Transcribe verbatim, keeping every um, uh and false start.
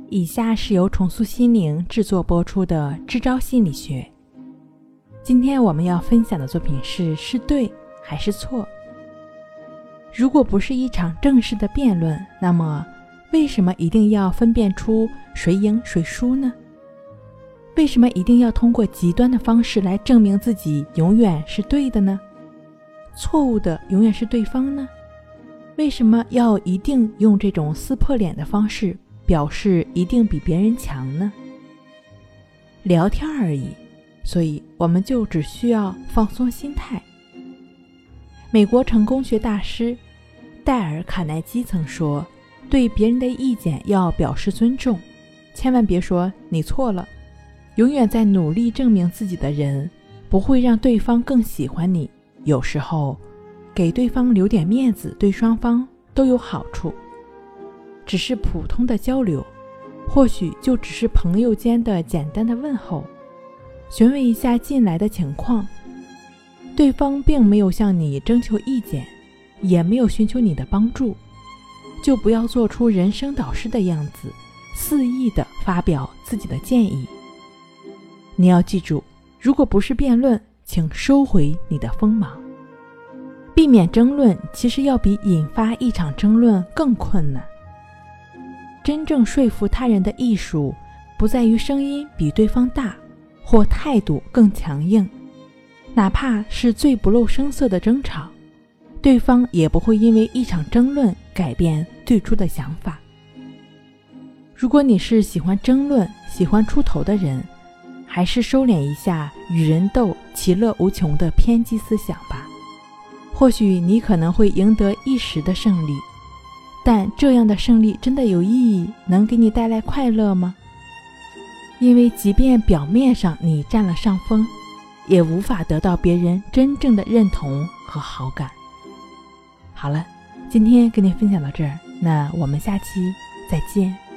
以下是由重塑心灵制作播出的支招心理学。今天我们要分享的作品是是对还是错。如果不是一场正式的辩论，那么为什么一定要分辨出谁赢谁输呢？为什么一定要通过极端的方式来证明自己永远是对的呢？错误的永远是对方呢？为什么要一定用这种撕破脸的方式表示一定比别人强呢？聊天而已，所以我们就只需要放松心态。美国成功学大师戴尔·卡耐基曾说，对别人的意见要表示尊重，千万别说你错了。永远在努力证明自己的人，不会让对方更喜欢你。有时候给对方留点面子，对双方都有好处。只是普通的交流，或许就只是朋友间的简单的问候，询问一下近来的情况。对方并没有向你征求意见，也没有寻求你的帮助，就不要做出人生导师的样子，肆意地发表自己的建议。你要记住，如果不是辩论，请收回你的锋芒。避免争论，其实要比引发一场争论更困难。真正说服他人的艺术，不在于声音比对方大，或态度更强硬。哪怕是最不露声色的争吵，对方也不会因为一场争论改变最初的想法。如果你是喜欢争论、喜欢出头的人，还是收敛一下与人斗、其乐无穷的偏激思想吧。或许你可能会赢得一时的胜利，但这样的胜利真的有意义，能给你带来快乐吗？因为即便表面上你占了上风，也无法得到别人真正的认同和好感。好了，今天跟你分享到这儿，那我们下期再见。